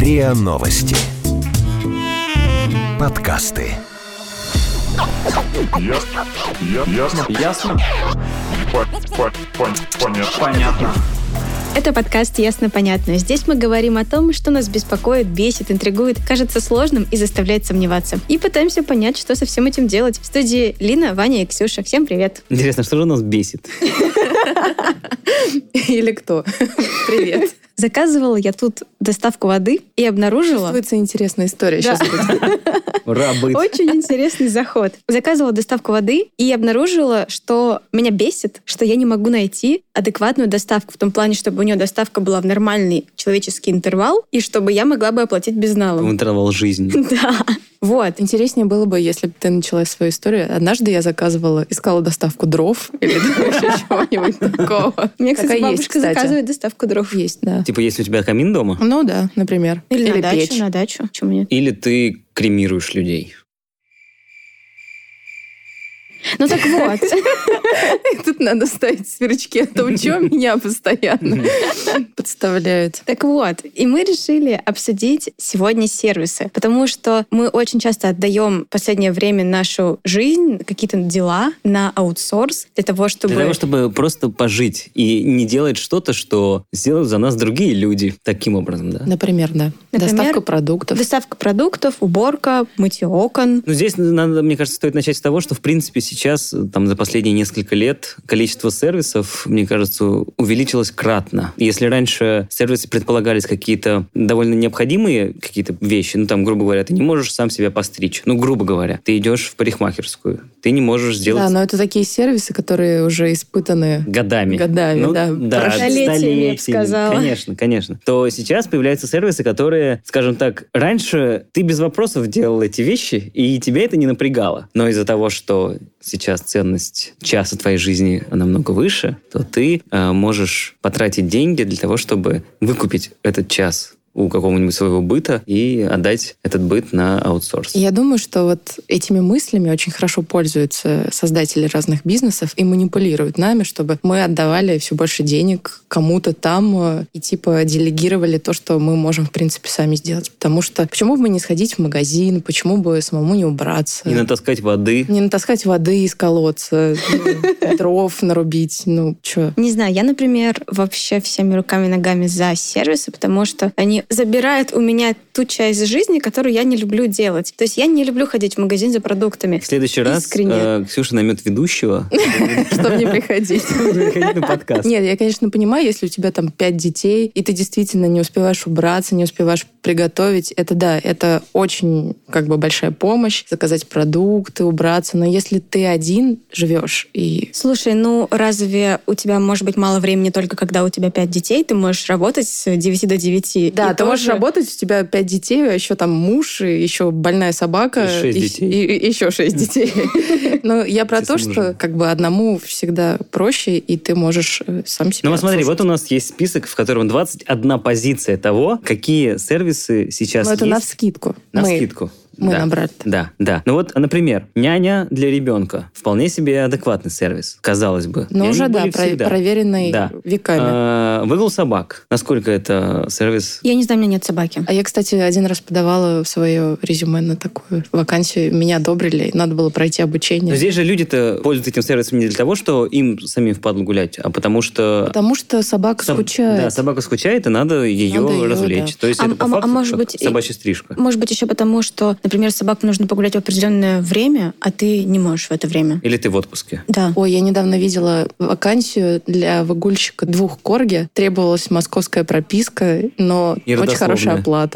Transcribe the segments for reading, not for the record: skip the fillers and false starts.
РИА Новости. Подкасты. Ясно? Понятно. Это подкаст «Ясно-понятно». Здесь мы говорим о том, что нас беспокоит, бесит, интригует, кажется сложным и заставляет сомневаться. И пытаемся понять, что со всем этим делать. В студии Лина, Ваня и Ксюша. Всем привет. Интересно, что же нас бесит? Или кто? Привет. Заказывала я тут доставку воды и обнаружила... Чувствуется интересная история сейчас будет. Рабы. Очень интересный заход. Заказывала доставку воды и обнаружила, что меня бесит, что я не могу найти адекватную доставку. В том плане, чтобы у нее доставка была в нормальный человеческий интервал и чтобы я могла бы оплатить безналом. В интервал жизни. Да. Вот. Интереснее было бы, если бы ты начала свою историю. Однажды я искала доставку дров или чего-нибудь такого. Мне, кстати, бабушка заказывает доставку дров. Есть, да. Типа, если у тебя камин дома? Ну да, например. Или на печь. дачу, на дачу. Почему нет? Или ты кремируешь людей? Ну так вот. Тут надо ставить сверчки. Это у чего меня постоянно подставляют. Так вот, и мы решили обсудить сегодня сервисы, потому что мы очень часто отдаем в последнее время нашу жизнь, какие-то дела на аутсорс для того, чтобы просто пожить и не делать что-то, что сделают за нас другие люди. Таким образом, да? Например, да. Доставка продуктов. Доставка продуктов, уборка, мытье окон. Ну, здесь надо, мне кажется, стоит начать с того, что, в принципе, сейчас, там, за последние несколько лет количество сервисов, мне кажется, увеличилось кратно. Если раньше сервисы предполагались какие-то довольно необходимые какие-то вещи, ну, там, грубо говоря, ты не можешь сам себя постричь. Ну, грубо говоря, ты идешь в парикмахерскую, ты не можешь сделать... Да, но это такие сервисы, которые уже испытаны... Годами, ну, да. Столетиями, я бы сказала. Конечно. То сейчас появляются сервисы, которые, скажем так, раньше ты без вопросов делал эти вещи, и тебя это не напрягало. Но из-за того, что сейчас ценность часа твоей жизни намного выше, то ты можешь потратить деньги для того, чтобы выкупить этот час у какого-нибудь своего быта и отдать этот быт на аутсорс. Я думаю, что вот этими мыслями очень хорошо пользуются создатели разных бизнесов и манипулируют нами, чтобы мы отдавали все больше денег кому-то там и типа делегировали то, что мы можем, в принципе, сами сделать. Потому что почему бы не сходить в магазин, почему бы самому не убраться? Не натаскать воды. Не натаскать воды из колодца, дров нарубить, что? Не знаю, я, например, вообще всеми руками и ногами за сервисы, потому что они забирают у меня ту часть жизни, которую я не люблю делать. То есть я не люблю ходить в магазин за продуктами. В следующий раз Ксюша наймет ведущего. Чтобы не приходить. На подкаст. Нет, я, конечно, понимаю, если у тебя там 5 детей, и ты действительно не успеваешь убраться, не успеваешь приготовить, это очень большая помощь, заказать продукты, убраться. Но если ты один живешь и... Слушай, разве у тебя может быть мало времени только когда у тебя 5 детей? Ты можешь работать с 9 до 9. Да, ты можешь работать, у тебя 5 детей, а еще там муж, и еще больная собака. И 6 детей. И еще 6 детей. Но я про то, что одному всегда проще, и ты можешь сам себя... Ну, смотри, вот у нас есть список, в котором 21 позиция того, какие сервисы сейчас есть. Это навскидку. Навскидку. Мы набрали. Да. Ну вот, например, няня для ребенка. Вполне себе адекватный сервис, казалось бы. Но уже, проверенный веками. Выгул собак. Насколько это сервис? Я не знаю, у меня нет собаки. А я, кстати, один раз подавала свое резюме на такую вакансию. Меня одобрили, и надо было пройти обучение. Но здесь же люди-то пользуются этим сервисом не для того, что им самим впадлу гулять, а потому что... Потому что собака скучает. Да, собака скучает, и надо ее развлечь. Да. То есть это по факту может быть, собачья стрижка. Может быть, еще потому, что, например, собаку нужно погулять в определенное время, а ты не можешь в это время. Или ты в отпуске. Да. Ой, я недавно видела вакансию для выгульщика 2 корги. Требовалась московская прописка, но очень хорошая оплата.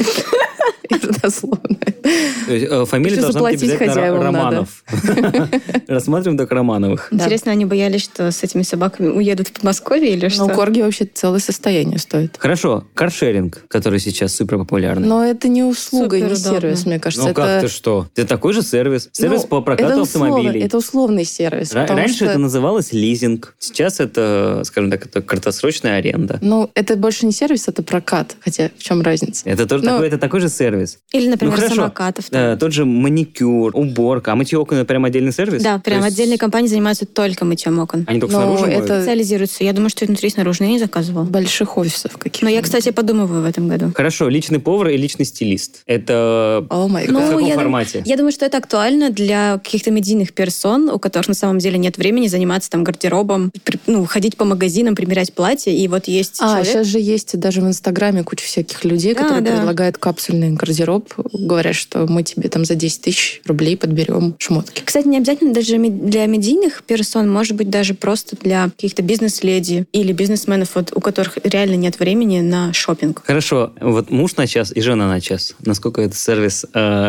И родословная. Фамилия должна быть обязательно Романов. Рассматриваем только Романовых. Интересно, они боялись, что с этими собаками уедут в Подмосковье или что? Корги вообще целое состояние стоит. Хорошо. Каршеринг, который сейчас супер популярный. Но это не услуга, не сервис, мне кажется. Ну как ты что? Это такой же сервис. Сервис по прокату автомобилей. Это условный сервис. Раньше это называлось лизинг. Сейчас это, скажем так, это краткосрочная аренда. Это больше не сервис, это прокат. Хотя в чем разница? Это тоже такой же сервис. сервис. Или, например, хорошо. самокатов. Там. Тот же маникюр, уборка. А мытье окон — это прям отдельный сервис? Да, прям То есть отдельные компании занимаются только мытьем окон. Они только Но снаружи моют? это- Специализируются. Я думаю, что внутри и снаружи. Я не заказывала. Больших офисов каких-то. Но я, кстати, подумываю в этом году. Хорошо, личный повар и личный стилист. Это О май в гад. каком я формате? Я думаю, что это актуально для каких-то медийных персон, у которых на самом деле нет времени заниматься там гардеробом, ходить по магазинам, примерять платья. И вот есть человек... Сейчас же есть даже в Инстаграме куча всяких людей, Да, которые да. предлагают капсульный гардероб, говорят, что мы тебе там за 10 тысяч рублей подберем шмотки. Кстати, не обязательно даже для медийных персон, может быть, даже просто для каких-то бизнес-леди или бизнесменов, вот, у которых реально нет времени на шопинг. Хорошо, вот муж на час и жена на час. Насколько это сервис?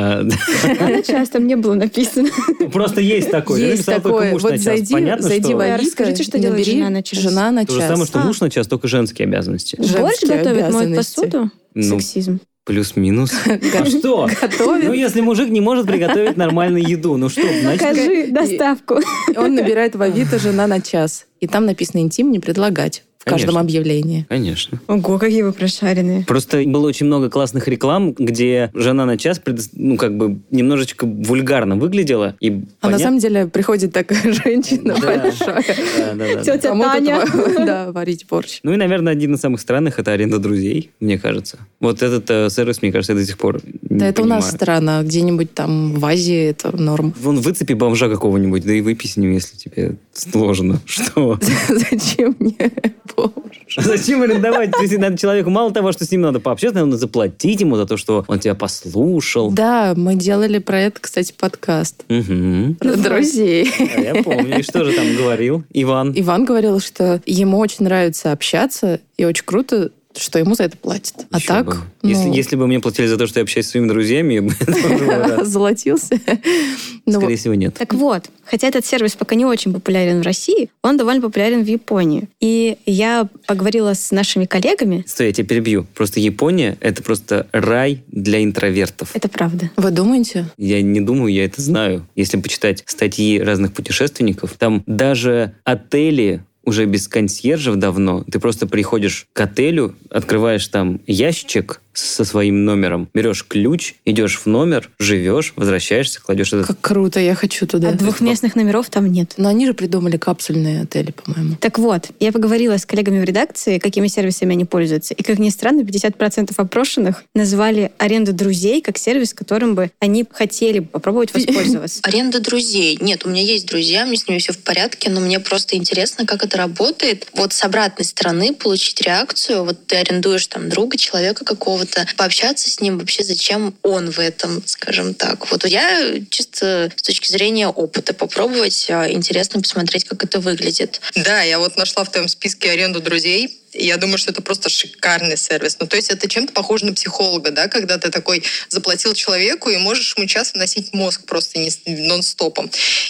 Она часто мне было написано. Просто есть такой. Я Есть написал только такое. муж на Вот час. зайди Понятно, в что Авито, Расскажите, что и делает набери жена на час. Жена на то же час. самое, что муж на час, только женские обязанности. Борщ Женские готовит, моет обязанности. посуду? Ну, Сексизм. плюс-минус. А что? Готовит. Ну, если мужик не может приготовить нормальную еду, ну что, значит... Покажи доставку. Он набирает в Авито «жена на час». И там написано «интим не предлагать» в каждом Конечно. объявлении. Конечно. Ого, какие вы прошаренные. Просто было очень много классных реклам, где жена на час немножечко вульгарно выглядела. И А на понятно- самом деле приходит такая женщина Да. большая. Да. Тетя Кому-то Таня. да, варить борщ. Ну и, наверное, один из самых странных — это аренда друзей, мне кажется. Вот этот сервис, мне кажется, я до сих пор не Да, это у нас понимаю. страна. Где-нибудь там в Азии это норм. Вон выцепи бомжа какого-нибудь, да и выпей с ним, если тебе сложно. Что? Зачем мне борщ? Зачем арендовать? То есть надо человеку мало того, что с ним надо пообщаться, надо заплатить ему за то, что он тебя послушал. Да, мы делали про это, кстати, подкаст. Мгм. Про друзей. А я помню. И что же там говорил Иван? Иван говорил, что ему очень нравится общаться, и очень круто, что ему за это платят. А Еще так, бы. ну, Если бы мне платили за то, что я общаюсь со своими друзьями, я бы тоже был рад. золотился. Ну, Скорее всего, нет. Так вот, хотя этот сервис пока не очень популярен в России, он довольно популярен в Японии. И я поговорила с нашими коллегами. Стой, я тебя перебью. Просто Япония — это просто рай для интровертов. Это правда. Вы думаете? Я не думаю, я это знаю. Если почитать статьи разных путешественников, там даже отели уже без консьержев давно. Ты просто приходишь к отелю, открываешь там ящичек со своим номером, берешь ключ, идешь в номер, живешь, возвращаешься, кладешь этот... Как круто, я хочу туда. А двухместных номеров там нет. Но они же придумали капсульные отели, по-моему. Так вот, я поговорила с коллегами в редакции, какими сервисами они пользуются. И, как ни странно, 50% опрошенных назвали аренду друзей как сервис, которым бы они хотели попробовать воспользоваться. Аренда друзей. Нет, у меня есть друзья, мне с ними все в порядке, но мне просто интересно, как это работает. Вот с обратной стороны получить реакцию. Вот ты арендуешь там друга, человека какого-то, пообщаться с ним вообще, зачем он в этом, скажем так. Вот я чисто с точки зрения опыта попробовать, интересно посмотреть, как это выглядит. Да, я вот нашла в твоем списке аренду друзей. И я думаю, что это просто шикарный сервис. Ну, то есть это чем-то похоже на психолога, да, когда ты такой заплатил человеку и можешь ему час выносить мозг просто нон-стопом.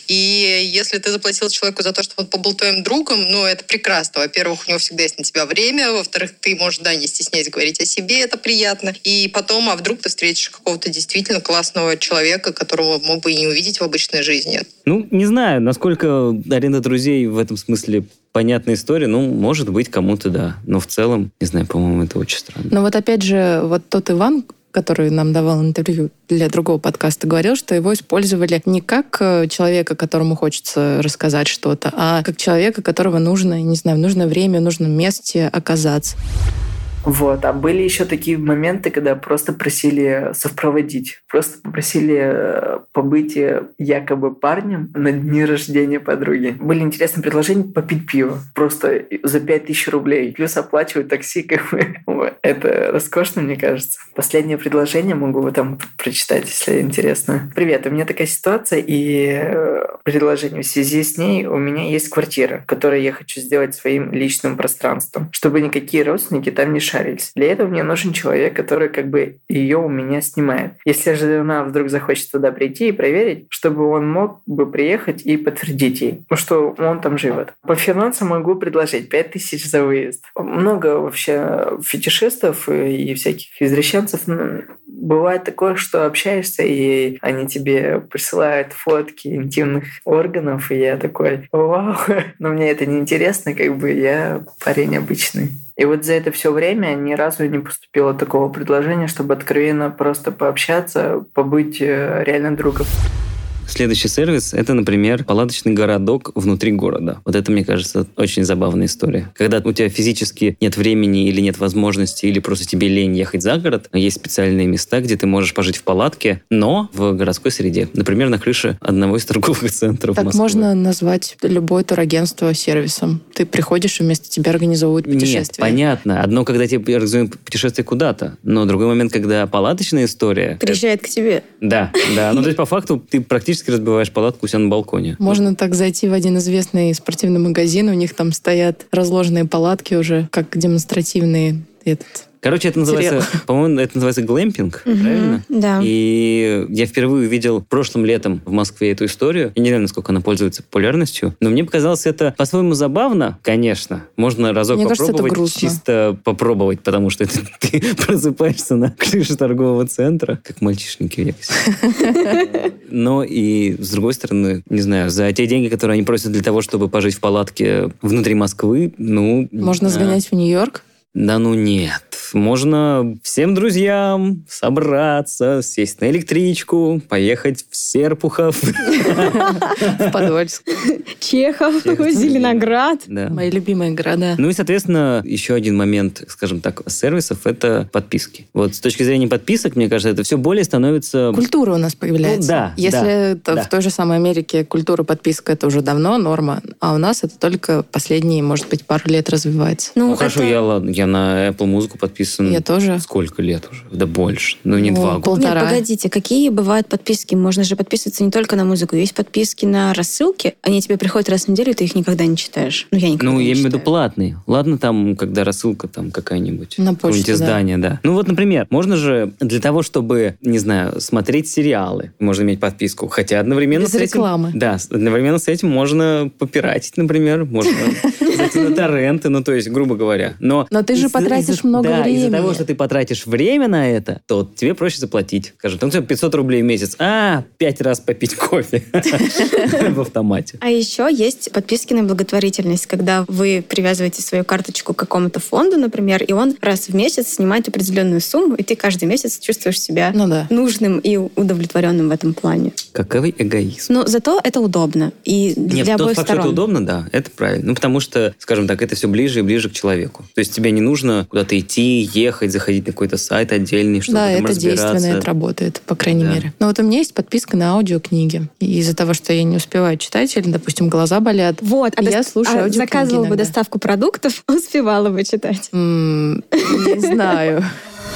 И если ты заплатил человеку за то, что он побыл твоим другом, ну, это прекрасно. Во-первых, у него всегда есть на тебя время. Во-вторых, ты можешь, да, не стесняясь говорить о себе, это приятно. И потом, а вдруг ты встретишь какого-то действительно классного человека, которого мог бы и не увидеть в обычной жизни. Ну, не знаю, насколько аренда друзей в этом смысле понятная история. Ну, может быть, кому-то да. Но в целом, не знаю, по-моему, это очень странно. Но вот опять же, вот тот Иван, который нам давал интервью для другого подкаста, говорил, что его использовали не как человека, которому хочется рассказать что-то, а как человека, которого нужно, не знаю, в нужное время, в нужном месте оказаться. Вот. А были еще такие моменты, когда просто просили совпроводить. Просто попросили побыть якобы парнем на дне рождения подруги. Были интересные предложения попить пиво. Просто за 5000 рублей. Плюс оплачивать такси, как бы. Это роскошно, мне кажется. Последнее предложение могу там прочитать, если интересно. Привет, у меня такая ситуация, и предложение. В связи с ней у меня есть квартира, которую я хочу сделать своим личным пространством, чтобы никакие родственники там не шарились. Для этого мне нужен человек, который как бы ее у меня снимает. Если же она вдруг захочет туда прийти и проверить, чтобы он мог бы приехать и подтвердить ей, что он там живет. По финансам могу предложить 5000 за выезд. Много вообще фетишистов и всяких извращенцев бывает такое, что общаешься, и они тебе присылают фотки интимных органов, и я такой, вау, но мне это не интересно, как бы я парень обычный. И вот за это все время ни разу не поступило такого предложения, чтобы откровенно просто пообщаться, побыть реально другом. Следующий сервис — это, например, палаточный городок внутри города. Вот это, мне кажется, очень забавная история. Когда у тебя физически нет времени или нет возможности, или просто тебе лень ехать за город, есть специальные места, где ты можешь пожить в палатке, но в городской среде. Например, на крыше одного из торговых центров Так Москвы. можно назвать любое турагентство сервисом. Ты приходишь, и вместо тебя организовывают путешествие. Нет, понятно. Одно, когда тебе организуют путешествие куда-то, но другой момент, когда палаточная история... Приезжает к тебе. Да. Ну, то есть, по факту, ты практически разбиваешь палатку у себя на балконе. Можно так зайти в один известный спортивный магазин, у них там стоят разложенные палатки уже, как демонстративные Короче, это называется, по-моему, это называется глэмпинг, правильно? Да. И я впервые увидел прошлым летом в Москве эту историю. Я не знаю, насколько она пользуется популярностью, но мне показалось это по-своему забавно, конечно. Можно разок Мне кажется, попробовать, это грустно. чисто попробовать, потому что ты просыпаешься на крыше торгового центра, как мальчишники в Вегасе. Но и, с другой стороны, не знаю, за те деньги, которые они просят для того, чтобы пожить в палатке внутри Москвы, Можно сгонять в Нью-Йорк? Да ну нет. Можно всем друзьям собраться, сесть на электричку, поехать в Серпухов. В Подольск. Чехов, Зеленоград. Да. Мои любимые города. Ну и, соответственно, еще один момент, скажем так, сервисов — это подписки. Вот с точки зрения подписок, мне кажется, это все более становится... Культура у нас появляется. Ну, да, Если да. в той же самой Америке культура подписка — это уже давно норма, а у нас это только последние, может быть, пару лет развивается. Ну, хорошо, я на Apple Музыку подписан. Я тоже. Сколько лет уже? Да больше. Ну, не 2 года. Нет, погодите, какие бывают подписки? Можно же подписываться не только на музыку. Есть подписки на рассылки, они тебе приходят раз в неделю, и ты их никогда не читаешь. Я никогда не я имею в виду читаю. платные. Ладно, там, когда рассылка там какая-нибудь. На почту, какое-нибудь издание, да. Ну вот, например, можно же для того, чтобы, не знаю, смотреть сериалы, можно иметь подписку. Хотя одновременно Без с этим... рекламы. Да, одновременно с этим можно попиратить, например. Можно зайти на торренты, ну, то есть, грубо говоря. Но ты же потратишь много времени. Из-за того, что ты потратишь время на это, то тебе проще заплатить. Скажем, там 500 рублей в месяц. 5 раз попить кофе в автомате. А еще есть подписки на благотворительность, когда вы привязываете свою карточку к какому-то фонду, например, и он раз в месяц снимает определенную сумму, и ты каждый месяц чувствуешь себя нужным и удовлетворенным в этом плане. Каковый эгоизм. Но зато это удобно. И для обоих факт, сторон. что это удобно, да, это правильно. Ну, потому что, скажем так, это все ближе и ближе к человеку. То есть тебе не нужно куда-то идти, ехать, заходить на какой-то сайт отдельный, чтобы там это разбираться. действенно, это работает, по крайней мере. Но вот у меня есть подписка на аудиокниги. И из-за того, что я не успеваю читать, или, допустим, глаза болят, я слушаю аудиокниги заказывала бы иногда. доставку продуктов, успевала бы читать. Не знаю.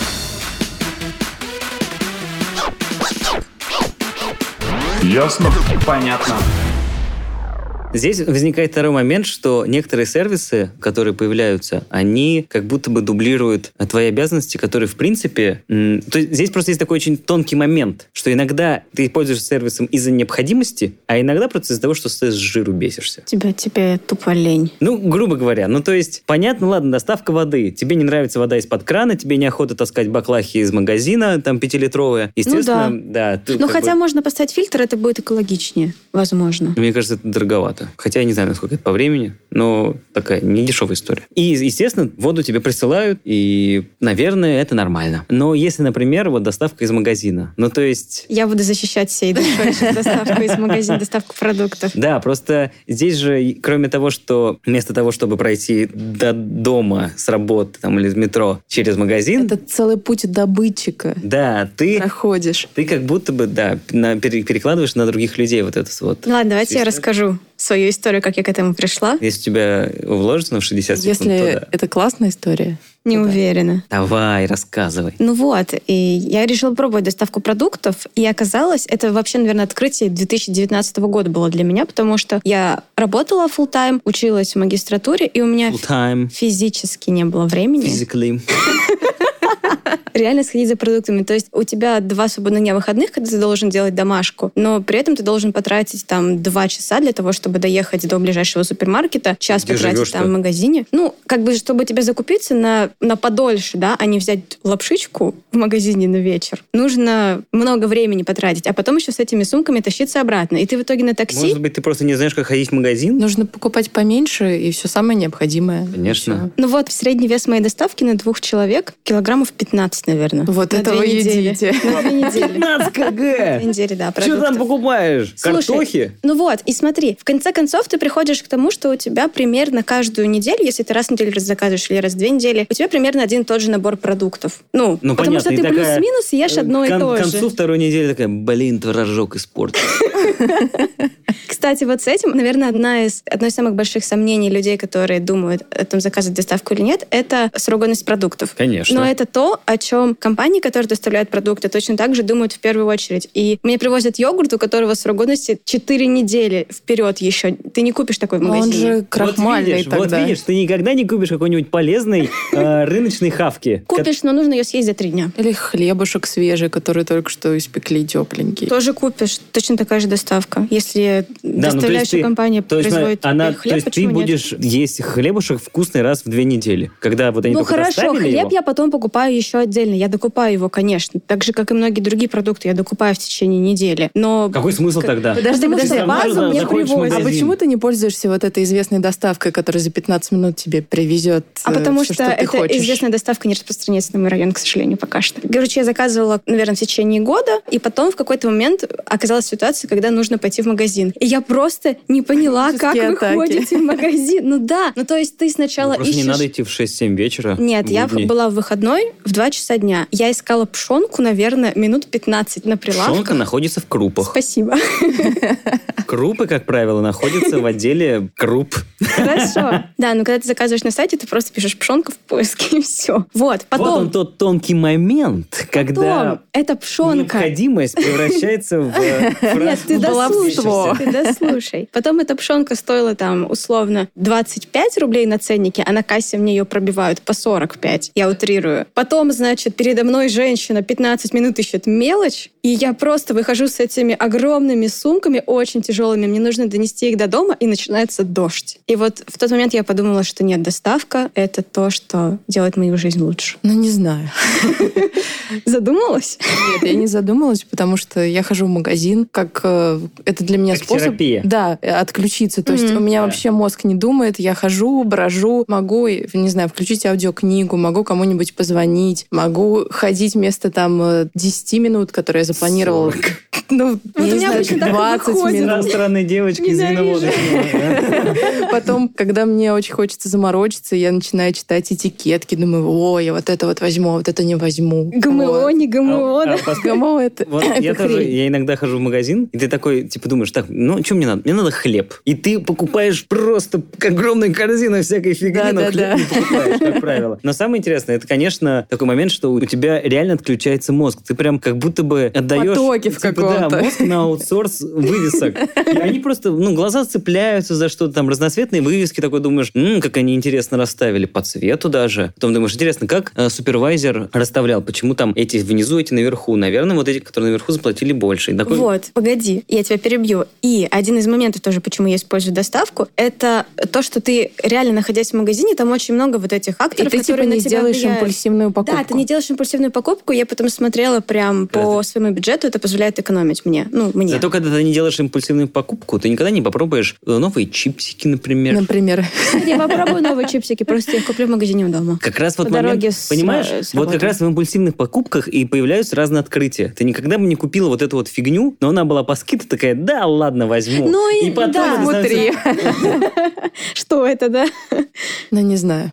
Ясно? Понятно. Здесь возникает второй момент, что некоторые сервисы, которые появляются, они как будто бы дублируют твои обязанности, которые, в принципе... То есть здесь просто есть такой очень тонкий момент, что иногда ты пользуешься сервисом из-за необходимости, а иногда просто из-за того, что ты с жиру бесишься. Тебе тупо лень. Ну, грубо говоря. Ну, то есть, понятно, ладно, доставка воды. Тебе не нравится вода из-под крана, тебе неохота таскать баклахи из магазина, там, 5-литровые. Естественно, да. Хотя можно поставить фильтр, это будет экологичнее, возможно. Мне кажется, это дороговато. Хотя я не знаю, насколько это по времени, но такая недешевая история. И, естественно, воду тебе присылают, и, наверное, это нормально. Но если, например, вот доставка из магазина, ну, то есть... Я буду защищать всей душой доставку из магазина, доставку продуктов. Да, просто здесь же, кроме того, что вместо того, чтобы пройти до дома с работы там, или из метро через магазин... Это целый путь добытчика. Да, ты... Проходишь. Ты как будто бы, да, перекладываешь на других людей вот это вот. Ладно, давайте я расскажу свою историю, как я к этому пришла. Если у тебя вложится в 60 секунд, Если то да. это классная история. Не уверена. Давай, рассказывай. Ну вот, и я решила пробовать доставку продуктов, и оказалось, это вообще, наверное, открытие 2019 года было для меня, потому что я работала full-time, училась в магистратуре, и у меня Full-time. физически не было времени. Physically. реально сходить за продуктами. То есть у тебя 2 свободных дня выходных, когда ты должен делать домашку, но при этом ты должен потратить там 2 часа для того, чтобы доехать до ближайшего супермаркета, час Где потратить живешь-то? там в магазине. Ну, как бы, чтобы тебе закупиться на подольше, да, а не взять лапшичку в магазине на вечер, нужно много времени потратить, а потом еще с этими сумками тащиться обратно. И ты в итоге на такси... Может быть, ты просто не знаешь, как ходить в магазин? Нужно покупать поменьше и все самое необходимое. Конечно. Ну вот, средний вес моей доставки на 2 человек килограммов 15, наверное. Вот На это 2 вы недели. едите. На 2 недели. 15 2 кг! недели, да, Что там продуктов. покупаешь? Слушай, Картохи? ну вот, и смотри, в конце концов ты приходишь к тому, что у тебя примерно каждую неделю, если ты раз в неделю заказываешь или раз в 2 недели, у тебя примерно один и тот же набор продуктов. Ну потому понятно, что и ты такая, плюс-минус ешь одно и то К концу же. второй недели такая, блин, творожок испортил. Кстати, вот с этим, наверное, одно из самых больших сомнений людей, которые думают о том, заказывать доставку или нет, это срок годности продуктов. Конечно. Но это то, о чем компании, которые доставляют продукты, точно так же думают в первую очередь. И мне привозят йогурт, у которого срок годности 4 недели вперед еще. Ты не купишь такой в Но магазине. он же крахмальный вот тогда. видишь, ты никогда не купишь какой-нибудь полезной рыночной хавки. Купишь, но нужно ее съесть за 3 дня. Или хлебушек свежий, который только что испекли, тепленький. Тоже купишь. Точно такая же доставка. Если Да, ну, то есть доставляющая компания то есть, производит она, хлеб, то есть ты почему нет? будешь есть хлебушек вкусный раз в 2 недели. Когда вот они Ну только хорошо, доставили хлеб его. я потом покупаю еще отдельно. Я докупаю его, конечно. Так же, как и многие другие продукты, я докупаю в течение недели. Но Какой смысл тогда? Подожди, Потому что подожди. базу мне заходишь в привозят. А магазин. почему ты не пользуешься вот этой известной доставкой, которая за 15 минут тебе привезет потому все, что ты эта хочешь? известная доставка не распространяется на мой район, к сожалению, пока что. Короче, я заказывала, наверное, в течение года, и потом в какой-то момент оказалась ситуация, когда нужно пойти в магазин. И я просто не поняла, как вы Панические атаки. ходите в магазин. Ну да, ну то есть ты сначала Просто ищешь... не надо идти в 6-7 вечера. Нет, в я будни. была в выходной в 2 часа дня. Я искала пшенку, наверное, минут 15 на прилавках. Пшенка находится в крупах. Спасибо. Крупы, как правило, находятся в отделе круп. Хорошо. Да, но когда ты заказываешь на сайте, ты просто пишешь пшенка в поиске, и все. Вот, Вот он потом... тот тонкий момент, когда Это пшенка. необходимость превращается в Нет, ты баловство. дослушай, ты дослушай. Потом эта пшенка стоила там условно 25 рублей на ценнике, а на кассе мне ее пробивают по 45. Я утрирую. Потом, значит, передо мной женщина 15 минут ищет мелочь, и я просто выхожу с этими огромными сумками, очень тяжелыми. Мне нужно донести их до дома, и начинается дождь. И вот в тот момент я подумала, что нет, доставка — это то, что делает мою жизнь лучше. Ну, не знаю. Задумалась? Нет, я не задумалась, потому что я хожу в магазин, как это для меня Как способ... терапия. Да, отключиться. То есть Мгм. у меня Да. вообще мозг не думает, я хожу, брожу, могу, не знаю, включить аудиокнигу, могу кому-нибудь позвонить, могу ходить вместо там 10 минут, которые я запланировала. Ну, у не меня знаю, обычно так и 20 выходит. минут. странные девочки из Ненавижу. виноводочного. Потом, когда мне очень хочется заморочиться, я начинаю читать этикетки, думаю, о, я вот это вот возьму, а вот это не возьму. ГМО, не ГМО. да? ГМО это, Вот это я тоже, хрень. я иногда хожу в магазин, и ты такой, типа, думаешь, так, ну, что мне надо? Мне надо хлеб. И ты покупаешь просто огромную корзину всякой фигни, но Да-да-да. хлеб не покупаешь, как правило. Но самое интересное, это, конечно, такой момент, что у тебя реально отключается мозг. Ты прям как будто бы отдаешь... Потоке в типа, каком-то. Да, мозг на аутсорс вывесок. И они просто, ну, глаза цепляются за что-то там, разноцветные вывески, такой думаешь, как они интересно расставили, по цвету даже. Потом думаешь, интересно, как супервайзер расставлял, почему там эти внизу, эти наверху. Наверное, вот эти, которые наверху, заплатили больше. И такой, Вот, погоди, я тебя перебью. И один из моментов тоже, почему я использую доставку, это то, что ты реально, находясь в магазине, там очень много вот этих И факторов, ты типа которые на не тебя сделаешь влияют. импульсивную покупку. Да, ты не делаешь импульсивную покупку, я потом смотрела прям по своему бюджету, это позволяет экономить мне. Ну, мне. Зато когда ты не делаешь импульсивную покупку, ты никогда не попробуешь новые чипсики, например. Например. Я попробую новые чипсики, просто я их куплю в магазине у дома. Как раз вот По дороге момент, с понимаешь, вот работы. как раз в импульсивных покупках и появляются разные открытия. Ты никогда бы не купила вот эту вот фигню, но она была по скидке такая, да, ладно, возьму. Ну и потом да. тебе становится- Внутри. Что это, да? Ну, не знаю.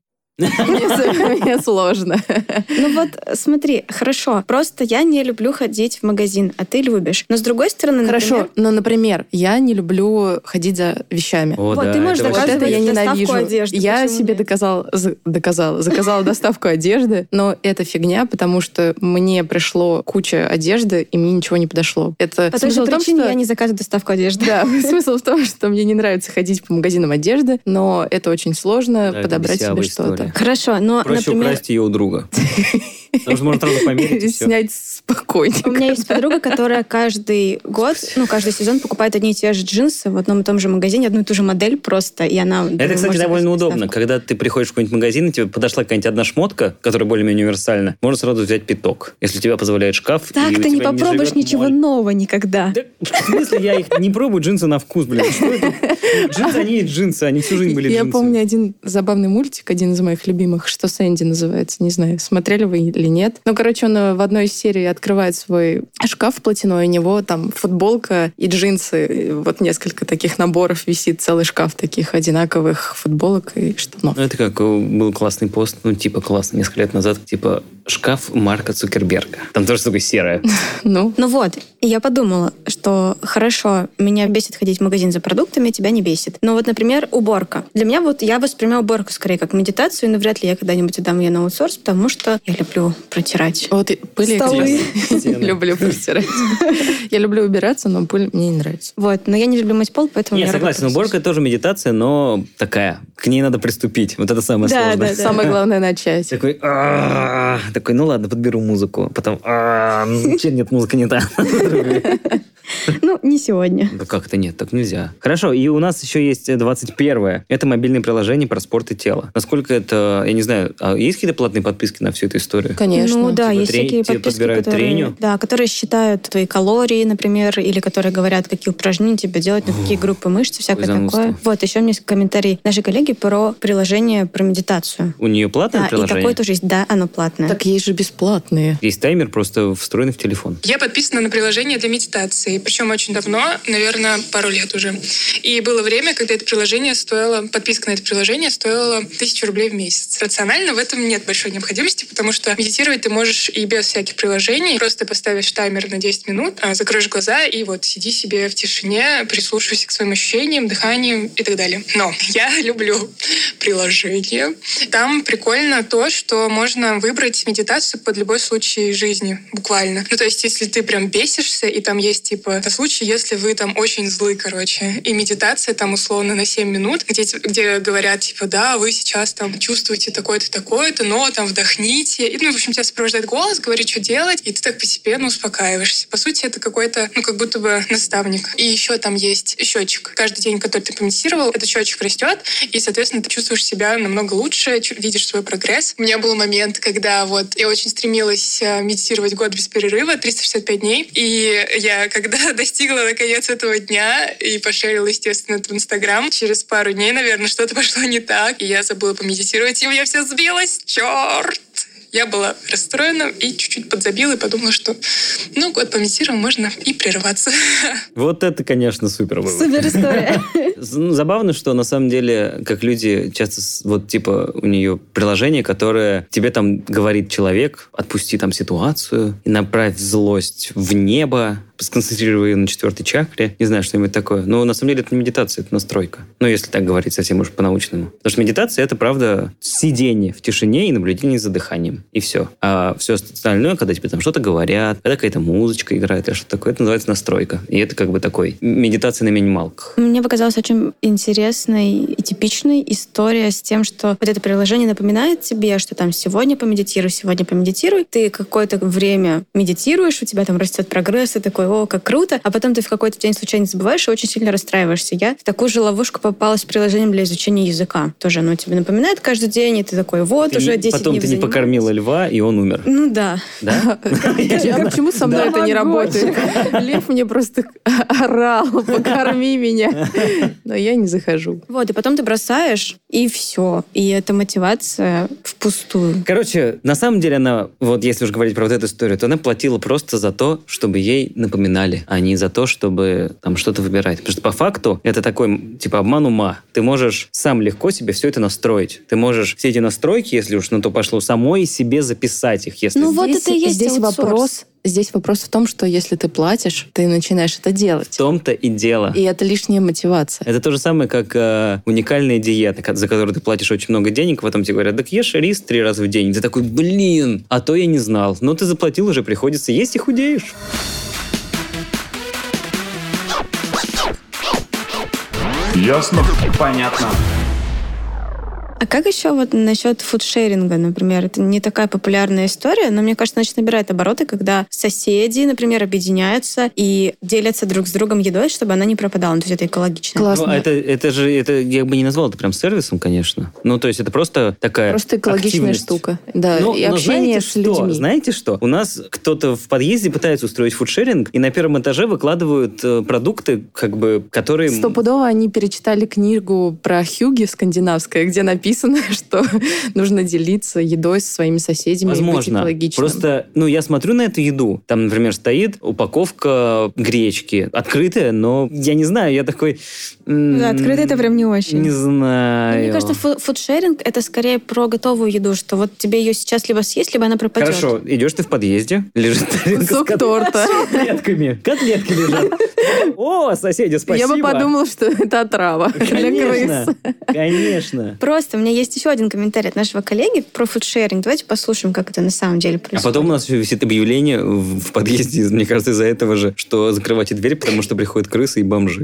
Мне сложно. Ну вот, смотри, хорошо. Просто я не люблю ходить в магазин, а ты любишь. Но с другой стороны, Хорошо, например, но, например, я не люблю ходить за вещами. О, Вот, да, ты можешь это Вот вообще- это я доставку ненавижу. одежды, Я почему себе нет? заказала доставку одежды, но это фигня, потому что мне пришло куча одежды, и мне ничего не подошло. Это по той же смысл в том, причине что... я не заказываю доставку одежды. Да, смысл в том, что мне не нравится ходить по магазинам одежды, но это очень сложно Да, это подобрать себе бесявая что-то. история. Хорошо, но, Проще например, украсть ее у друга. Потому что можно сразу померить и все. Снять спокойненько. У меня есть подруга, которая каждый год, каждый сезон покупает одни и те же джинсы в одном и том же магазине, одну и ту же модель просто, и она... Это, кстати, довольно удобно. Когда ты приходишь в какой-нибудь магазин, и тебе подошла какая-нибудь одна шмотка, которая более-менее универсальна, можно сразу взять пяток, если тебя позволяет шкаф. Так и ты не попробуешь ничего нового никогда. Да, в смысле, я их не пробую джинсы на вкус, блин. Что это? Джинсы, они есть джинсы, они всю жизнь были джинсами. Я помню один забавный мультик, один из моих любимых, «Что с Энди» называется. Не знаю, смотрели вы или нет. Короче, он в одной из серий открывает свой шкаф платяной, у него там футболка и джинсы. Вот несколько таких наборов висит, целый шкаф таких одинаковых футболок и штанов. Это как был классный пост, классный, несколько лет назад, шкаф Марка Цукерберга. Там тоже такое серое. Ну вот, и я подумала, что хорошо, меня бесит ходить в магазин за продуктами, тебя не бесит. Но вот, например, уборка. Для меня я воспринимаю уборку скорее как медитацию, но вряд ли я когда-нибудь отдам ее на аутсорс, потому что я люблю протирать пыль столы. Люблю протирать. Я люблю убираться, но пыль мне не нравится. Вот, но я не люблю мыть пол, поэтому... Я согласен, уборка тоже медитация, но такая, к ней надо приступить. Вот это самое сложное. Да. Самое главное начать. Такой, ладно, подберу музыку. Потом, нет, музыка не та. Не сегодня. Да как это нет, так нельзя. Хорошо, и у нас еще есть 21-е. Это мобильные приложения про спорт и тело. Насколько это, я не знаю, есть какие-то платные подписки на всю эту историю? Конечно. Есть всякие подписки, которые считают твои калории, например, или которые говорят, какие упражнения тебе делать, на какие группы мышц, всякое такое. Вот, еще у меня есть комментарий нашей коллеги про приложение про медитацию. У нее платное приложение? И такое тоже есть. Да, оно платное. Так есть же бесплатные. Есть таймер просто встроенный в телефон. Я подписана на приложение для медитации, причем очень давно, наверное, пару лет уже. И было время, когда это приложение подписка на это приложение стоила 1000 рублей в месяц. Рационально в этом нет большой необходимости, потому что медитировать ты можешь и без всяких приложений. Просто поставишь таймер на 10 минут, закроешь глаза и сиди себе в тишине, прислушивайся к своим ощущениям, дыханию и так далее. Но я люблю приложение. Там прикольно то, что можно выбрать медитацию под любой случай жизни, буквально. То есть, если ты прям бесишься, и там есть, на случай, если вы там очень злы, и медитация там условно на 7 минут, где говорят, вы сейчас там чувствуете такое-то, такое-то, но там вдохните. И, в общем, тебя сопровождает голос, говорит, что делать, и ты так постепенно успокаиваешься. По сути, это какой-то, как будто бы наставник. И еще там есть счетчик. Каждый день, который ты помедитировал, этот счетчик растет, и, соответственно, ты чувствуешь себя намного лучше, видишь свой прогресс. У меня был момент, когда я очень стремилась медитировать год без перерыва, 365 дней, и я, когда достигла наконец этого дня и пошерила, естественно, это в Инстаграм, через пару дней, наверное, что-то пошло не так, и я забыла помедитировать, и у меня все сбилось. Черт! Я была расстроена и чуть-чуть подзабила и подумала, что год помедитировал, можно и прерываться. Вот это, конечно, супер вывод. Супер история. Забавно, что на самом деле, как люди часто, у нее приложение, которое тебе там говорит человек, отпусти там ситуацию, и направь злость в небо, сконцентрируй ее на 4-й чакре. Не знаю, что-нибудь такое. Но на самом деле это не медитация, это настройка. Если так говорить совсем уж по-научному. Потому что медитация — это, правда, сидение в тишине и наблюдение за дыханием. И все. А все остальное, когда тебе там что-то говорят, когда какая-то музычка играет или что-то такое, это называется настройка. И это такой медитация на минималках. Мне показалась очень интересной и типичной история с тем, что это приложение напоминает тебе, что там сегодня помедитируй. Ты какое-то время медитируешь, у тебя там растет прогресс, и такой, как круто, а потом ты в какой-то день случайно забываешь и очень сильно расстраиваешься. Я в такую же ловушку попалась с приложением для изучения языка. Тоже оно тебе напоминает каждый день, и ты такой, уже 10 дней потом ты не покормила льва, и он умер. Да. Да? Почему со мной это не работает? Лев мне просто орал, покорми меня. Но я не захожу. И потом ты бросаешь, и все. И эта мотивация впустую. Короче, на самом деле она, если уж говорить про эту историю, то она платила просто за то, чтобы ей напоминали, а не за то, чтобы там что-то выбирать. Потому что по факту это такой, обман ума. Ты можешь сам легко себе все это настроить. Ты можешь все эти настройки, если уж на то пошло, самой себе записать их. Если это и есть аутсорс. Здесь вопрос в том, что если ты платишь, ты начинаешь это делать. В том-то и дело. И это лишняя мотивация. Это то же самое, как уникальная диета, за которую ты платишь очень много денег, потом тебе говорят, так ешь рис 3 раза в день. Ты такой, а то я не знал. Но ты заплатил, уже приходится есть и худеешь. Ясно? Понятно. А как еще вот насчет фудшеринга, например? Это не такая популярная история, но мне кажется, значит, набирает обороты, когда соседи, например, объединяются и делятся друг с другом едой, чтобы она не пропадала. Ну, то есть это экологично. Классно. Ну, это я бы не назвал это прям сервисом, конечно. Ну, то есть это просто такая Просто экологичная активность. штука. Да, и Но общение с людьми. Знаете что? У нас кто-то в подъезде пытается устроить фудшеринг, и на первом этаже выкладывают продукты, как бы, которые... Стопудово они перечитали книгу про Хьюги скандинавская, где написано, что нужно делиться едой со своими соседями и быть Возможно. экологичным. Просто, я смотрю на эту еду. Там, например, стоит упаковка гречки. Открытая, но я не знаю, я такой... Да, открытый это прям не очень. Не знаю. Мне кажется, фудшеринг это скорее про готовую еду, что вот тебе ее сейчас либо съесть, либо она пропадет. Хорошо, идешь ты в подъезде, лежит тарелка Кусок торта. с котлетками. Котлетки лежат. О, соседи, спасибо. Я бы подумала, что это отрава для крыс. Конечно. Просто у меня есть еще один комментарий от нашего коллеги про фудшеринг. Давайте послушаем, как это на самом деле А происходит. потом у нас еще висит объявление в подъезде, мне кажется, из-за этого же, что закрывайте дверь, потому что приходят крысы и бомжи.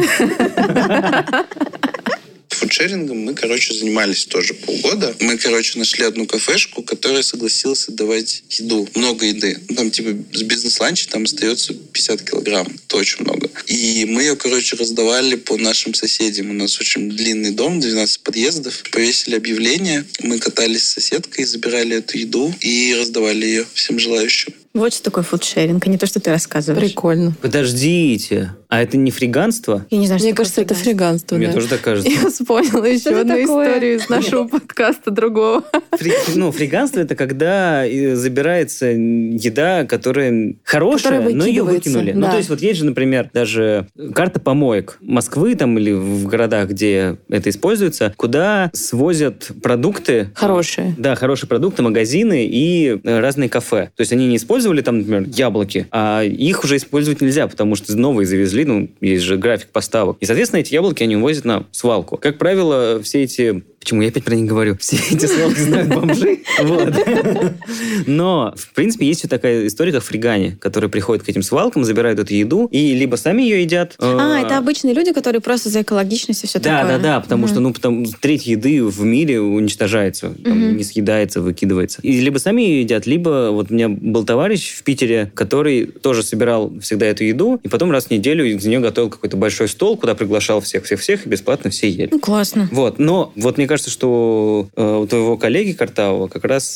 Фудшерингом мы, занимались тоже полгода. Мы, нашли одну кафешку, которая согласилась отдавать еду. Много еды. Там, с бизнес-ланча там остается 50 килограмм. Это очень много. И мы ее, раздавали по нашим соседям. У нас очень длинный дом, 12 подъездов. Повесили объявление. Мы катались с соседкой, забирали эту еду и раздавали ее всем желающим. Вот что такое фудшеринг, а не то, что ты рассказываешь. Прикольно. Подождите, а это не фриганство? Я не знаю, что Мне такое кажется, это фриганство. Мне да. тоже так кажется. Я вспомнила еще это одну такое? историю из нашего подкаста другого. Фриганство — это когда забирается еда, которая хорошая, Которая но ее выкидывается, выкинули. да. То есть есть же, например, даже карта помоек Москвы там или в городах, где это используется, куда свозят продукты. Хорошие. Да, хорошие продукты, магазины и разные кафе. То есть они не использовали там, например, яблоки, а их уже использовать нельзя, потому что новые завезли, есть же график поставок. И, соответственно, эти яблоки они увозят на свалку. Как правило, все эти... Почему я опять про них говорю? Все эти свалки знают бомжи. Вот. Но, в принципе, есть вот такая история, как фригане, которые приходят к этим свалкам, забирают эту еду и либо сами ее едят. это обычные люди, которые просто за экологичность и все такое. Да, потому что, треть еды в мире уничтожается, не съедается, выкидывается. И либо сами ее едят, либо вот у меня был товарищ в Питере, который тоже собирал всегда эту еду, и потом раз в неделю из нее готовил какой-то большой стол, куда приглашал всех-всех-всех, и бесплатно все ели. Классно. Вот, но вот мне кажется, что у твоего коллеги Картавого как раз...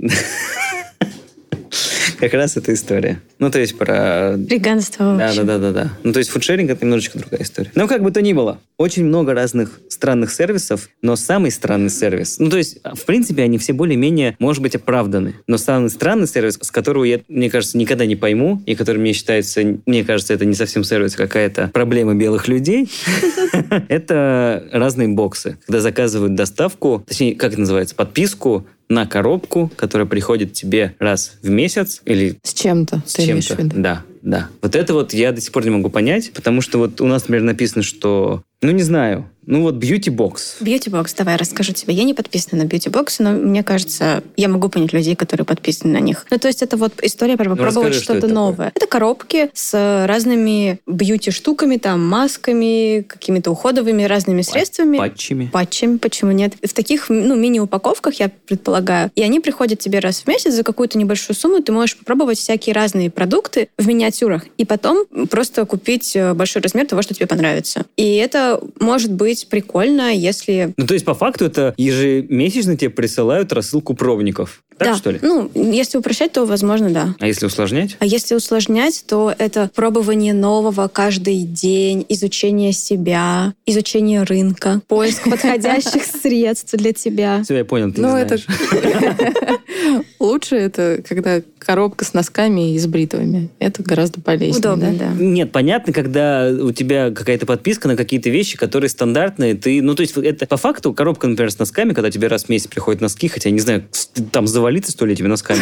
Как раз эта история. То есть про... Фриганство вообще. Да. То есть фудшеринг — это немножечко другая история. Но как бы то ни было, очень много разных странных сервисов, но самый странный сервис... то есть, в принципе, они все более-менее, может быть, оправданы. Но самый странный сервис, с которого я, мне кажется, никогда не пойму, и который мне кажется, это не совсем сервис, а какая-то проблема белых людей, это разные боксы. Когда заказывают доставку, точнее, как это называется, подписку на коробку, которая приходит тебе раз в месяц или с чем-то. Ты имеешь в виду? Да. Вот это вот я до сих пор не могу понять, потому что вот у нас, например, написано, что... не знаю. Beauty-бокс. Beauty-бокс, давай расскажу тебе. Я не подписана на beauty-боксы, но мне кажется, я могу понять людей, которые подписаны на них. То есть это вот история про попробовать что-то новое. Это коробки с разными бьюти-штуками, там, масками, какими-то уходовыми разными средствами. Патчами, почему нет? В таких, мини-упаковках, я предполагаю. И они приходят тебе раз в месяц за какую-то небольшую сумму, ты можешь попробовать всякие разные продукты в миниатюрах. И потом просто купить большой размер того, что тебе понравится. И это может быть прикольно, если... то есть, по факту, это ежемесячно тебе присылают рассылку пробников. Так, что ли? Если упрощать, то, возможно, да. А если усложнять? А если усложнять, то это пробование нового каждый день, изучение себя, изучение рынка, поиск подходящих средств для тебя. Все, я понял, ты не знаешь. Лучше это, когда коробка с носками и с бритвами. Это гораздо полезнее. Удобно, да? Нет, понятно, когда у тебя какая-то подписка на какие-то вещи, которые стандартные. То есть это по факту коробка, например, с носками, когда тебе раз в месяц приходят носки, хотя, не знаю, там завалиться, что ли, тебе носками.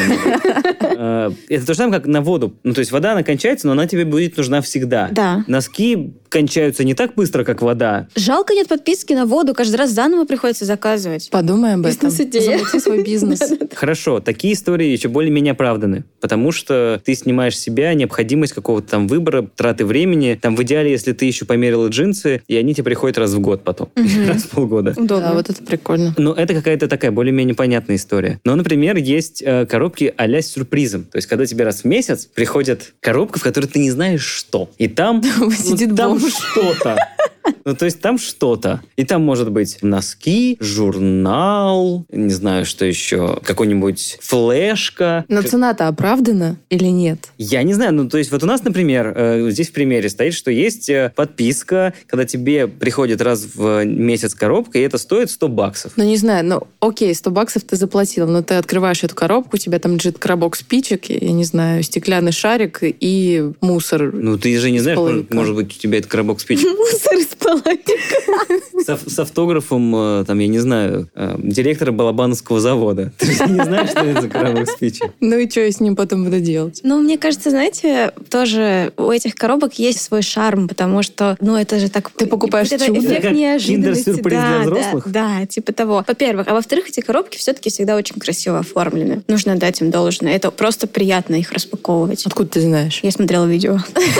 Это то же самое, как на воду. То есть вода, она кончается, но она тебе будет нужна всегда. Да. Носки кончаются не так быстро, как вода. Жалко, нет подписки на воду, каждый раз заново приходится заказывать. Подумай об этом. Бизнес-идея. Замути свой бизнес. Хорошо, такие истории еще более-менее оправданы, потому что ты снимаешь с себя необходимость какого-то там выбора, траты времени. Там в идеале, если ты еще померила джинсы, и они тебе приходят раз в год потом, раз в полгода. Удобно. Да, вот это прикольно. Но это какая-то такая более-менее понятная история. Но, например, есть коробки а-ля с сюрпризом. То есть, когда тебе раз в месяц приходит коробка, в которой ты не знаешь, что. И там, Сидит там бомж. что-то. Ну, то есть там что-то. И там может быть носки, журнал, не знаю, что еще, какой-нибудь флешка. Но цена-то оправдана или нет? Я не знаю, ну, то есть вот у нас, например, здесь в примере стоит, что есть подписка, когда тебе приходит раз в месяц коробка, и это стоит $100. Ну, не знаю, ну, окей, $100 ты заплатила, но ты открываешь эту коробку, у тебя там лежит коробок спичек, я не знаю, стеклянный шарик и мусор. Ну, ты же не знаешь, половика. может быть, у тебя это коробок спичек. Мусор из половика. С автографом, там, я не знаю, директора Балабановского завода. Ты же не знаешь, что это за коробок спичек. Ну и что я с ним потом буду делать? Ну, мне кажется, знаете, тоже у этих коробок есть свой шарм, потому что, ну, это же так... Ты покупаешь это чудо? эффект Как неожиданности. киндер-сюрприз для взрослых? Да, типа того. Во-первых. А во-вторых, эти коробки все-таки всегда очень красиво оформлены. Нужно дать им должное. Это просто приятно их распаковывать. Откуда ты знаешь? Я смотрела видео.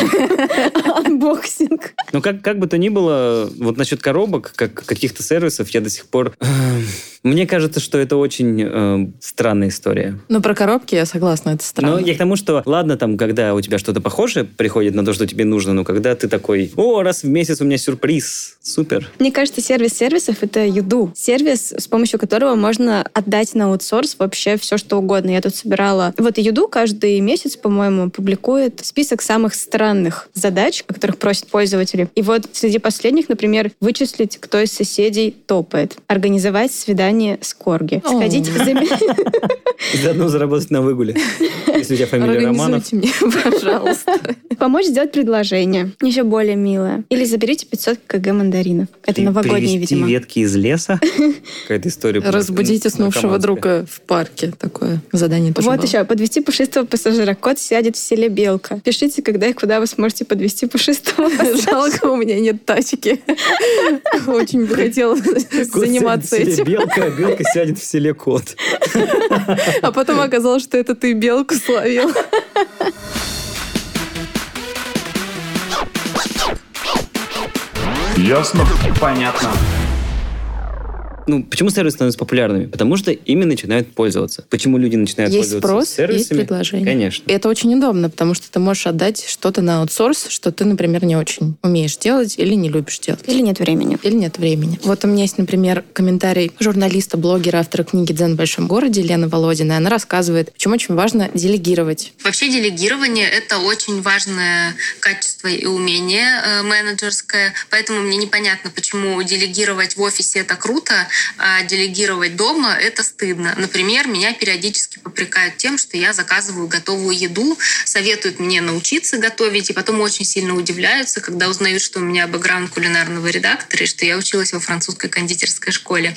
Анбоксинг. Ну, как бы то ни было, вот насчет коробок, как каких-то сервисов, я до сих пор... Мне кажется, что это очень странная история. Ну, про коробки я согласна, это странно. Но я к тому, что, ладно, там, когда у тебя что-то похожее приходит на то, что тебе нужно, но когда ты такой, раз в месяц у меня сюрприз, супер. Мне кажется, сервис сервисов — это Юду. Сервис, с помощью которого можно отдать на аутсорс вообще все, что угодно. Я тут собирала... Вот Юду каждый месяц, по-моему, публикует список самых странных задач, о которых просят пользователи. И вот среди последних, например, вычислить, кто из соседей топает. Организовать свидание с корги. Сходить Заодно заработать на выгуле. Если у тебя фамилия Романов. Организуйте мне, пожалуйста. Помочь сделать предложение. Еще более милое. Или заберите 500 кг мандаринов. Это новогодние, Привезти видимо. ветки из леса. Какая-то история. Разбудите уснувшего друга в парке. Такое задание тоже Вот было. еще. Подвести пушистого пассажира. Кот сядет в селе Белка. Пишите, когда и куда вы сможете подвести пушистого пассажира. Жалко, у меня нет тачки. Очень бы хотела заниматься Кот сядет в селе этим. белка, а белка сядет в селе кот. А потом оказалось, что это ты белку словил. Ясно? Понятно. Ну, почему сервисы становятся популярными? Потому что ими начинают пользоваться. Почему люди начинают Есть пользоваться спрос, сервисами? есть предложение. Конечно. И это очень удобно, потому что ты можешь отдать что-то на аутсорс, что ты, например, не очень умеешь делать или не любишь делать. Или нет времени. Или нет времени. Вот у меня есть, например, комментарий журналиста, блогера, автора книги «Дзен в большом городе» Лены Володиной. Она рассказывает, почему очень важно делегировать. Вообще делегирование — это очень важное качество и умение менеджерское, поэтому мне непонятно, почему делегировать в офисе — это круто, а делегировать дома — это стыдно. Например, меня периодически попрекают тем, что я заказываю готовую еду, советуют мне научиться готовить, и потом очень сильно удивляются, когда узнают, что у меня бэкграунд кулинарного редактора, и что я училась во французской кондитерской школе.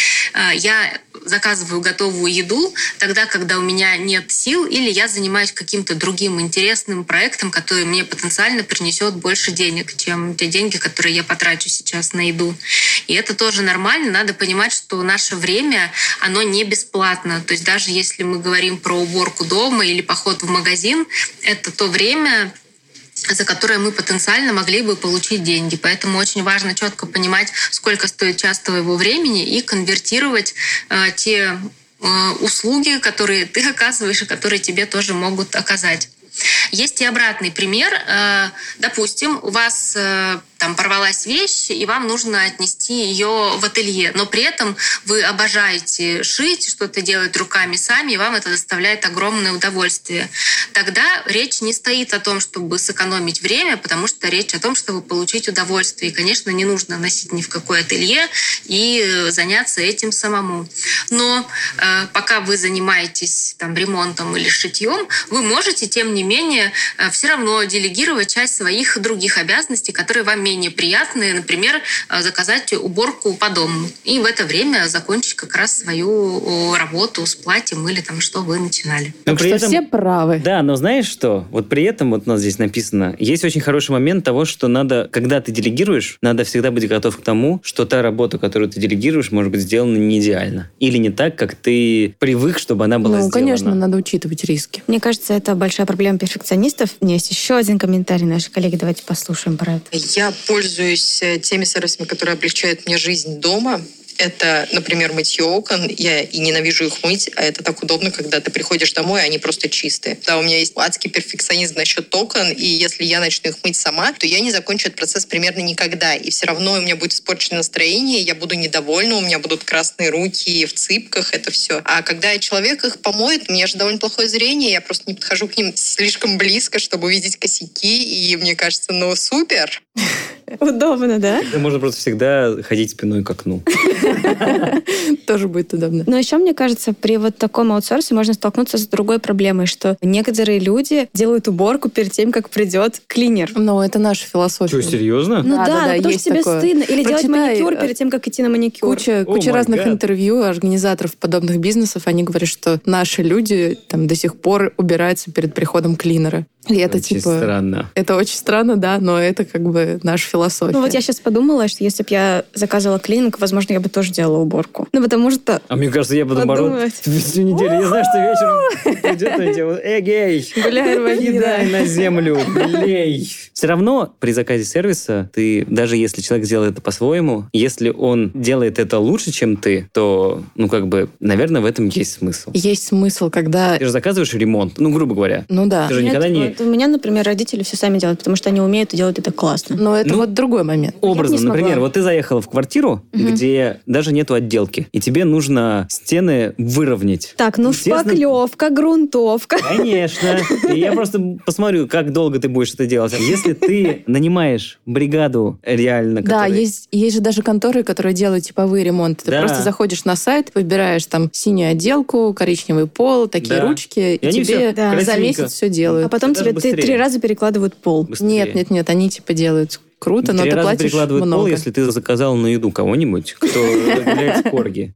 Я заказываю готовую еду тогда, когда у меня нет сил, или я занимаюсь каким-то другим интересным проектом, который мне потенциально принесет больше денег, чем те деньги, которые я потрачу сейчас на еду. И это тоже нормально. Надо понимать, что наше время, оно не бесплатно. То есть даже если мы говорим про уборку дома или поход в магазин, это то время, за которое мы потенциально могли бы получить деньги. Поэтому очень важно четко понимать, сколько стоит час твоего времени, и конвертировать те услуги, которые ты оказываешь и которые тебе тоже могут оказать. Есть и обратный пример. Допустим, у вас там порвалась вещь, и вам нужно отнести ее в ателье, но при этом вы обожаете шить, что-то делать руками сами, и вам это доставляет огромное удовольствие. Тогда речь не стоит о том, чтобы сэкономить время, потому что речь о том, чтобы получить удовольствие. И, конечно, не нужно носить ни в какое ателье и заняться этим самому. Но пока вы занимаетесь там ремонтом или шитьем, вы можете, тем не менее, все равно делегировать часть своих других обязанностей, которые вам менее приятные, например, заказать уборку по дому. И в это время закончить как раз свою работу с платьем или там что вы начинали. Так что все правы. Да, но знаешь что? Вот при этом, вот у нас здесь написано, есть очень хороший момент того, что надо, когда ты делегируешь, надо всегда быть готов к тому, что та работа, которую ты делегируешь, может быть сделана не идеально. Или не так, как ты привык, чтобы она была сделана. Конечно, надо учитывать риски. Мне кажется, это большая проблема перфекционистов. У меня есть еще один комментарий наших коллеги. Давайте послушаем про это. Я пользуюсь теми сервисами, которые облегчают мне жизнь дома. Это, например, мытье окон. Я и ненавижу их мыть, а это так удобно, когда ты приходишь домой, и они просто чистые. Да, у меня есть адский перфекционизм насчет окон, и если я начну их мыть сама, то я не закончу этот процесс примерно никогда. И все равно у меня будет испорченное настроение, я буду недовольна, у меня будут красные руки в цыпках, это все. А когда человек их помоет, у меня же довольно плохое зрение, я просто не подхожу к ним слишком близко, чтобы увидеть косяки, и мне кажется, ну супер. Удобно, да? Тогда можно просто всегда ходить спиной к окну. Тоже будет удобно. Но еще, мне кажется, при вот таком аутсорсе можно столкнуться с другой проблемой, что некоторые люди делают уборку перед тем, как придет клинер. Но это наша философия. Что, серьезно? Ну да, потому есть что тебе такое. стыдно. Или делать Прочитай, маникюр перед тем, как идти на маникюр. Куча разных интервью организаторов подобных бизнесов, они говорят, что наши люди там до сих пор убираются перед приходом клинера. И это очень типа... странно. Это очень странно, да, но это как бы наша философия. Ну вот я сейчас подумала, что если бы я заказывала клининг, возможно, я бы тоже делала уборку. Ну потому что... А мне кажется, я бы наоборот всю неделю. Я знаю, что вечером придет на тебя, эгей, кидай на землю, блей. Все равно при заказе сервиса ты, даже если человек сделает это по-своему, если он делает это лучше, чем ты, то, ну как бы, наверное, в этом есть смысл. Есть смысл, когда... Ты же заказываешь ремонт, ну грубо говоря. Ну да. Ты же никогда не... Вот у меня, например, родители все сами делают, потому что они умеют и делают это классно. Но это вот другой момент. Образно, например, вот ты заехала в квартиру, где даже нету отделки, и тебе нужно стены выровнять. Так, ну шпаклевка, грунтовка. Конечно. И я просто посмотрю, как долго ты будешь это делать. Если ты нанимаешь бригаду реально... Да, есть же даже конторы, которые делают типовые ремонты. Ты просто заходишь на сайт, выбираешь там синюю отделку, коричневый пол, такие ручки, и тебе за месяц все делают. А потом тебе 3 раза перекладывают пол. Нет, они типа делают круто, но ты платишь перекладывают много. пол, если ты заказал на еду кого-нибудь, кто гуляет в корги.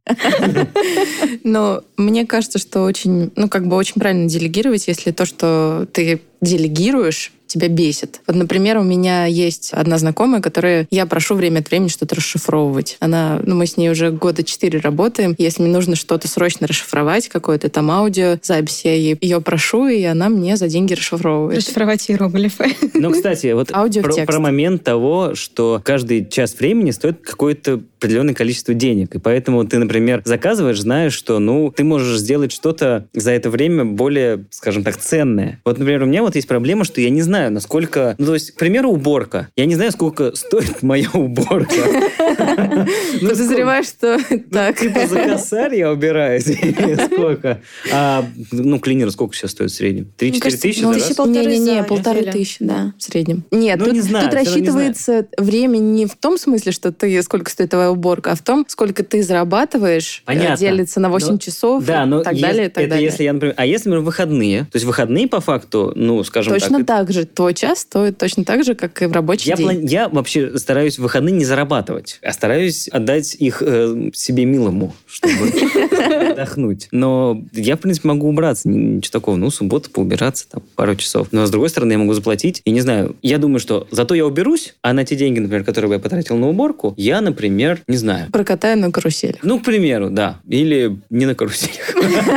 Но мне кажется, что очень правильно делегировать, если то, что ты делегируешь, тебя бесит. Вот, например, у меня есть одна знакомая, которая я прошу время от времени что-то расшифровывать. Мы с ней уже 4 года работаем. Если мне нужно что-то срочно расшифровать, какое-то там аудиозапись, я ее прошу, и она мне за деньги расшифровывает. Расшифровать иероглифы. Ну, кстати, вот про момент того, что каждый час времени стоит какое-то определенное количество денег. И поэтому ты, например, заказываешь, знаешь, что, ты можешь сделать что-то за это время более, скажем так, ценное. Вот, например, у меня вот есть проблема, что я не знаю, насколько... то есть, к примеру, уборка. Я не знаю, сколько стоит моя уборка. Подозреваешь, что так. Типа за косарь я убираюсь. Сколько? Клинер сколько сейчас стоит в среднем? 3-4 тысячи за раз? Не, 1500, да, в среднем. Нет, тут рассчитывается время не в том смысле, что сколько стоит твоя уборка, а в том, сколько ты зарабатываешь, делится на 8 часов и так далее. Если я, например, если в выходные, то есть выходные по факту, скажем так... Точно так же. Твой час стоит точно так же, как и в рабочий день. Я вообще стараюсь в выходные не зарабатывать, а стараюсь отдать их себе милому, чтобы отдохнуть. Но я, в принципе, могу убраться. Ничего такого. Суббота поубираться, пару часов. Но, с другой стороны, я могу заплатить. И не знаю, я думаю, что зато я уберусь, а на те деньги, например, которые бы я потратил на уборку, я, например, не знаю. Прокатаю на каруселях. К примеру, да. Или не на каруселях.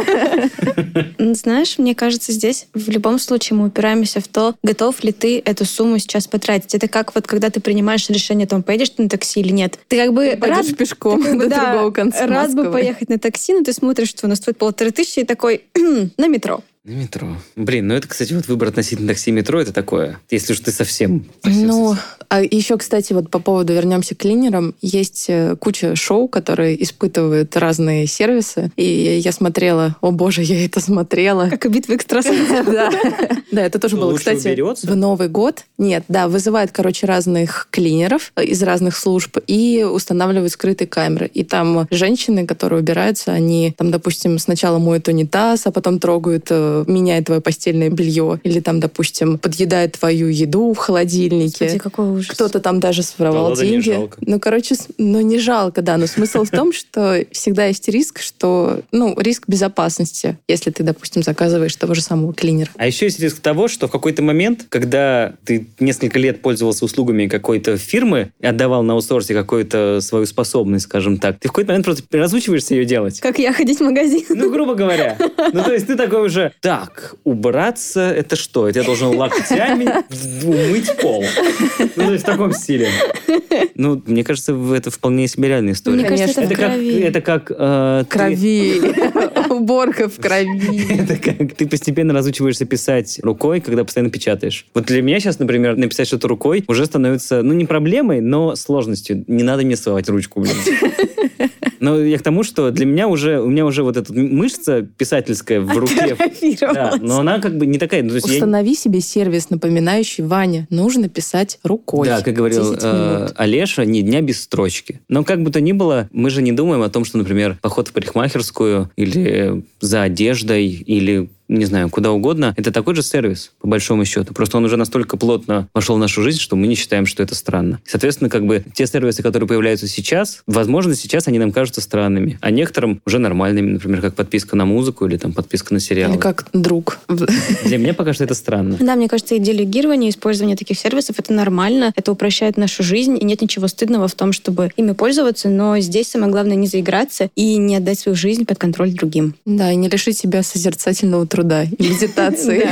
Знаешь, мне кажется, здесь в любом случае мы упираемся в то, готов ли ты эту сумму сейчас потратить. Это как когда ты принимаешь решение, поедешь ты на такси или нет. Ты как бы пойдешь пешком до другого конца рад бы поехать на такси, но ты смотришь, что у нас стоит 1500 и такой на метро. На метро. Это, кстати, выбор относительно такси и метро, это такое, если уж ты совсем... А еще, кстати, по поводу, вернемся к клинерам, есть куча шоу, которые испытывают разные сервисы, и я смотрела, о боже, я это смотрела. Как и битва экстрасенсов. Да, это тоже было, кстати, в Новый год. Нет, да, вызывают, разных клинеров из разных служб и устанавливают скрытые камеры. И там женщины, которые убираются, они допустим, сначала моют унитаз, а потом трогают, меняют твое постельное белье. Или допустим, подъедают твою еду в холодильнике. Кстати, какой ужас. Кто-то там даже своровал ладно, не деньги. жалко. Не жалко, да. Но смысл в том, что всегда есть риск, риск безопасности, если ты, допустим, заказываешь того же самого клинера. А еще есть риск того, что в какой-то момент, когда ты несколько лет пользовался услугами какой-то фирмы и отдавал на аутсорсе какую-то свою способность, скажем так, ты в какой-то момент просто разучиваешься ее делать. Как я ходить в магазин. Грубо говоря. То есть ты такой уже, так, убраться, это что? Это я должен локтями умыть пол. То есть в таком стиле. Мне кажется, это вполне себе реальная история. Мне кажется, это в крови. Это как... Крови. Уборка в крови. Это как ты постепенно разучиваешься писать рукой, когда постоянно печатаешь. Вот для меня сейчас, например, написать что-то рукой уже становится, не проблемой, но сложностью. Не надо мне совать ручку, блин. Но я к тому, что для меня у меня уже вот эта мышца писательская в руке. Да, но она как бы не такая. Установи себе сервис, напоминающий: Ваня, нужно писать рукой. Да, как говорил Олеша, ни дня без строчки. Но как бы то ни было, мы же не думаем о том, что, например, поход в парикмахерскую или за одеждой, или не знаю, куда угодно, это такой же сервис, по большому счету. Просто он уже настолько плотно вошел в нашу жизнь, что мы не считаем, что это странно. И, соответственно, как бы те сервисы, которые появляются сейчас, возможно, сейчас они нам кажутся странными, а некоторым уже нормальными, например, как подписка на музыку или там подписка на сериалы. Или как друг. Для меня пока что это странно. Да, мне кажется, и делегирование, использование таких сервисов — это нормально, это упрощает нашу жизнь, и нет ничего стыдного в том, чтобы ими пользоваться, но здесь самое главное не заиграться и не отдать свою жизнь под контроль другим. Да, и не лишить себя созерцательного труда и медитации.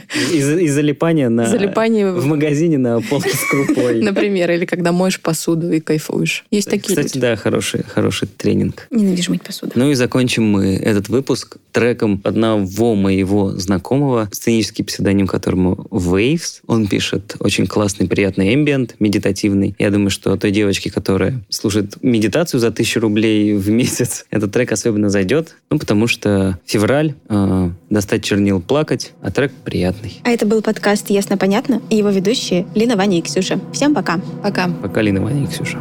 И залипания в магазине на полке с крупой. Например, или когда моешь посуду и кайфуешь. Есть такие люди. Кстати, да, хороший тренинг. Ненавижу мыть посуду. Ну и закончим мы этот выпуск треком одного моего знакомого, сценический псевдоним которому Waves. Он пишет очень классный, приятный эмбиент, медитативный. Я думаю, что той девочке, которая слушает медитацию за 1000 рублей в месяц, этот трек особенно зайдет, потому что февраль, достать чернил, плакать, а трек приятный. А это был подкаст «Ясно-понятно» и его ведущие Лина, Ваня и Ксюша. Всем пока. Пока. Пока, Лина, Ваня и Ксюша.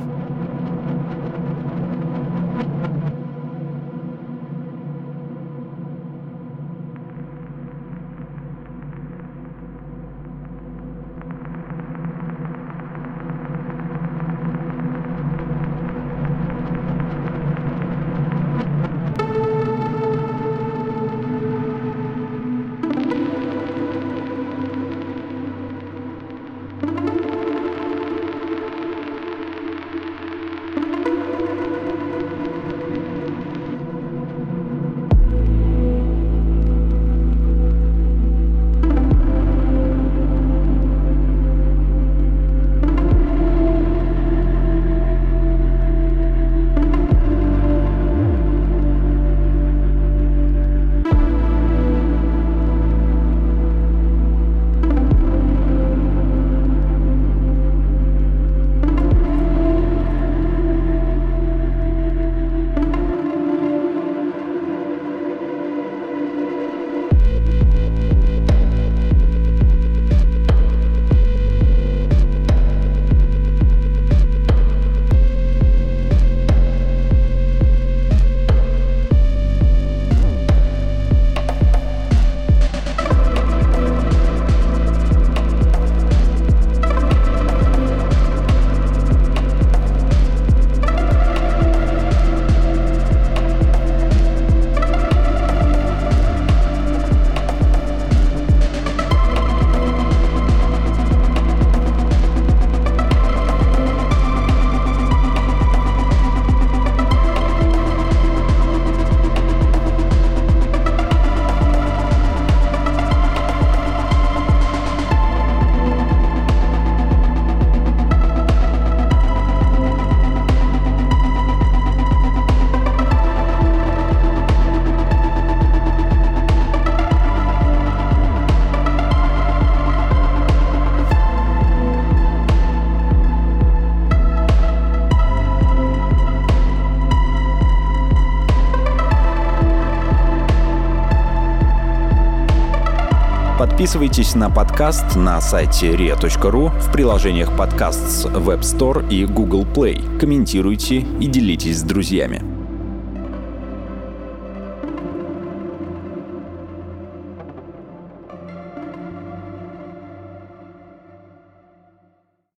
Подписывайтесь на подкаст на сайте ria.ru, в приложениях подкаст с Web Store и Google Play. Комментируйте и делитесь с друзьями.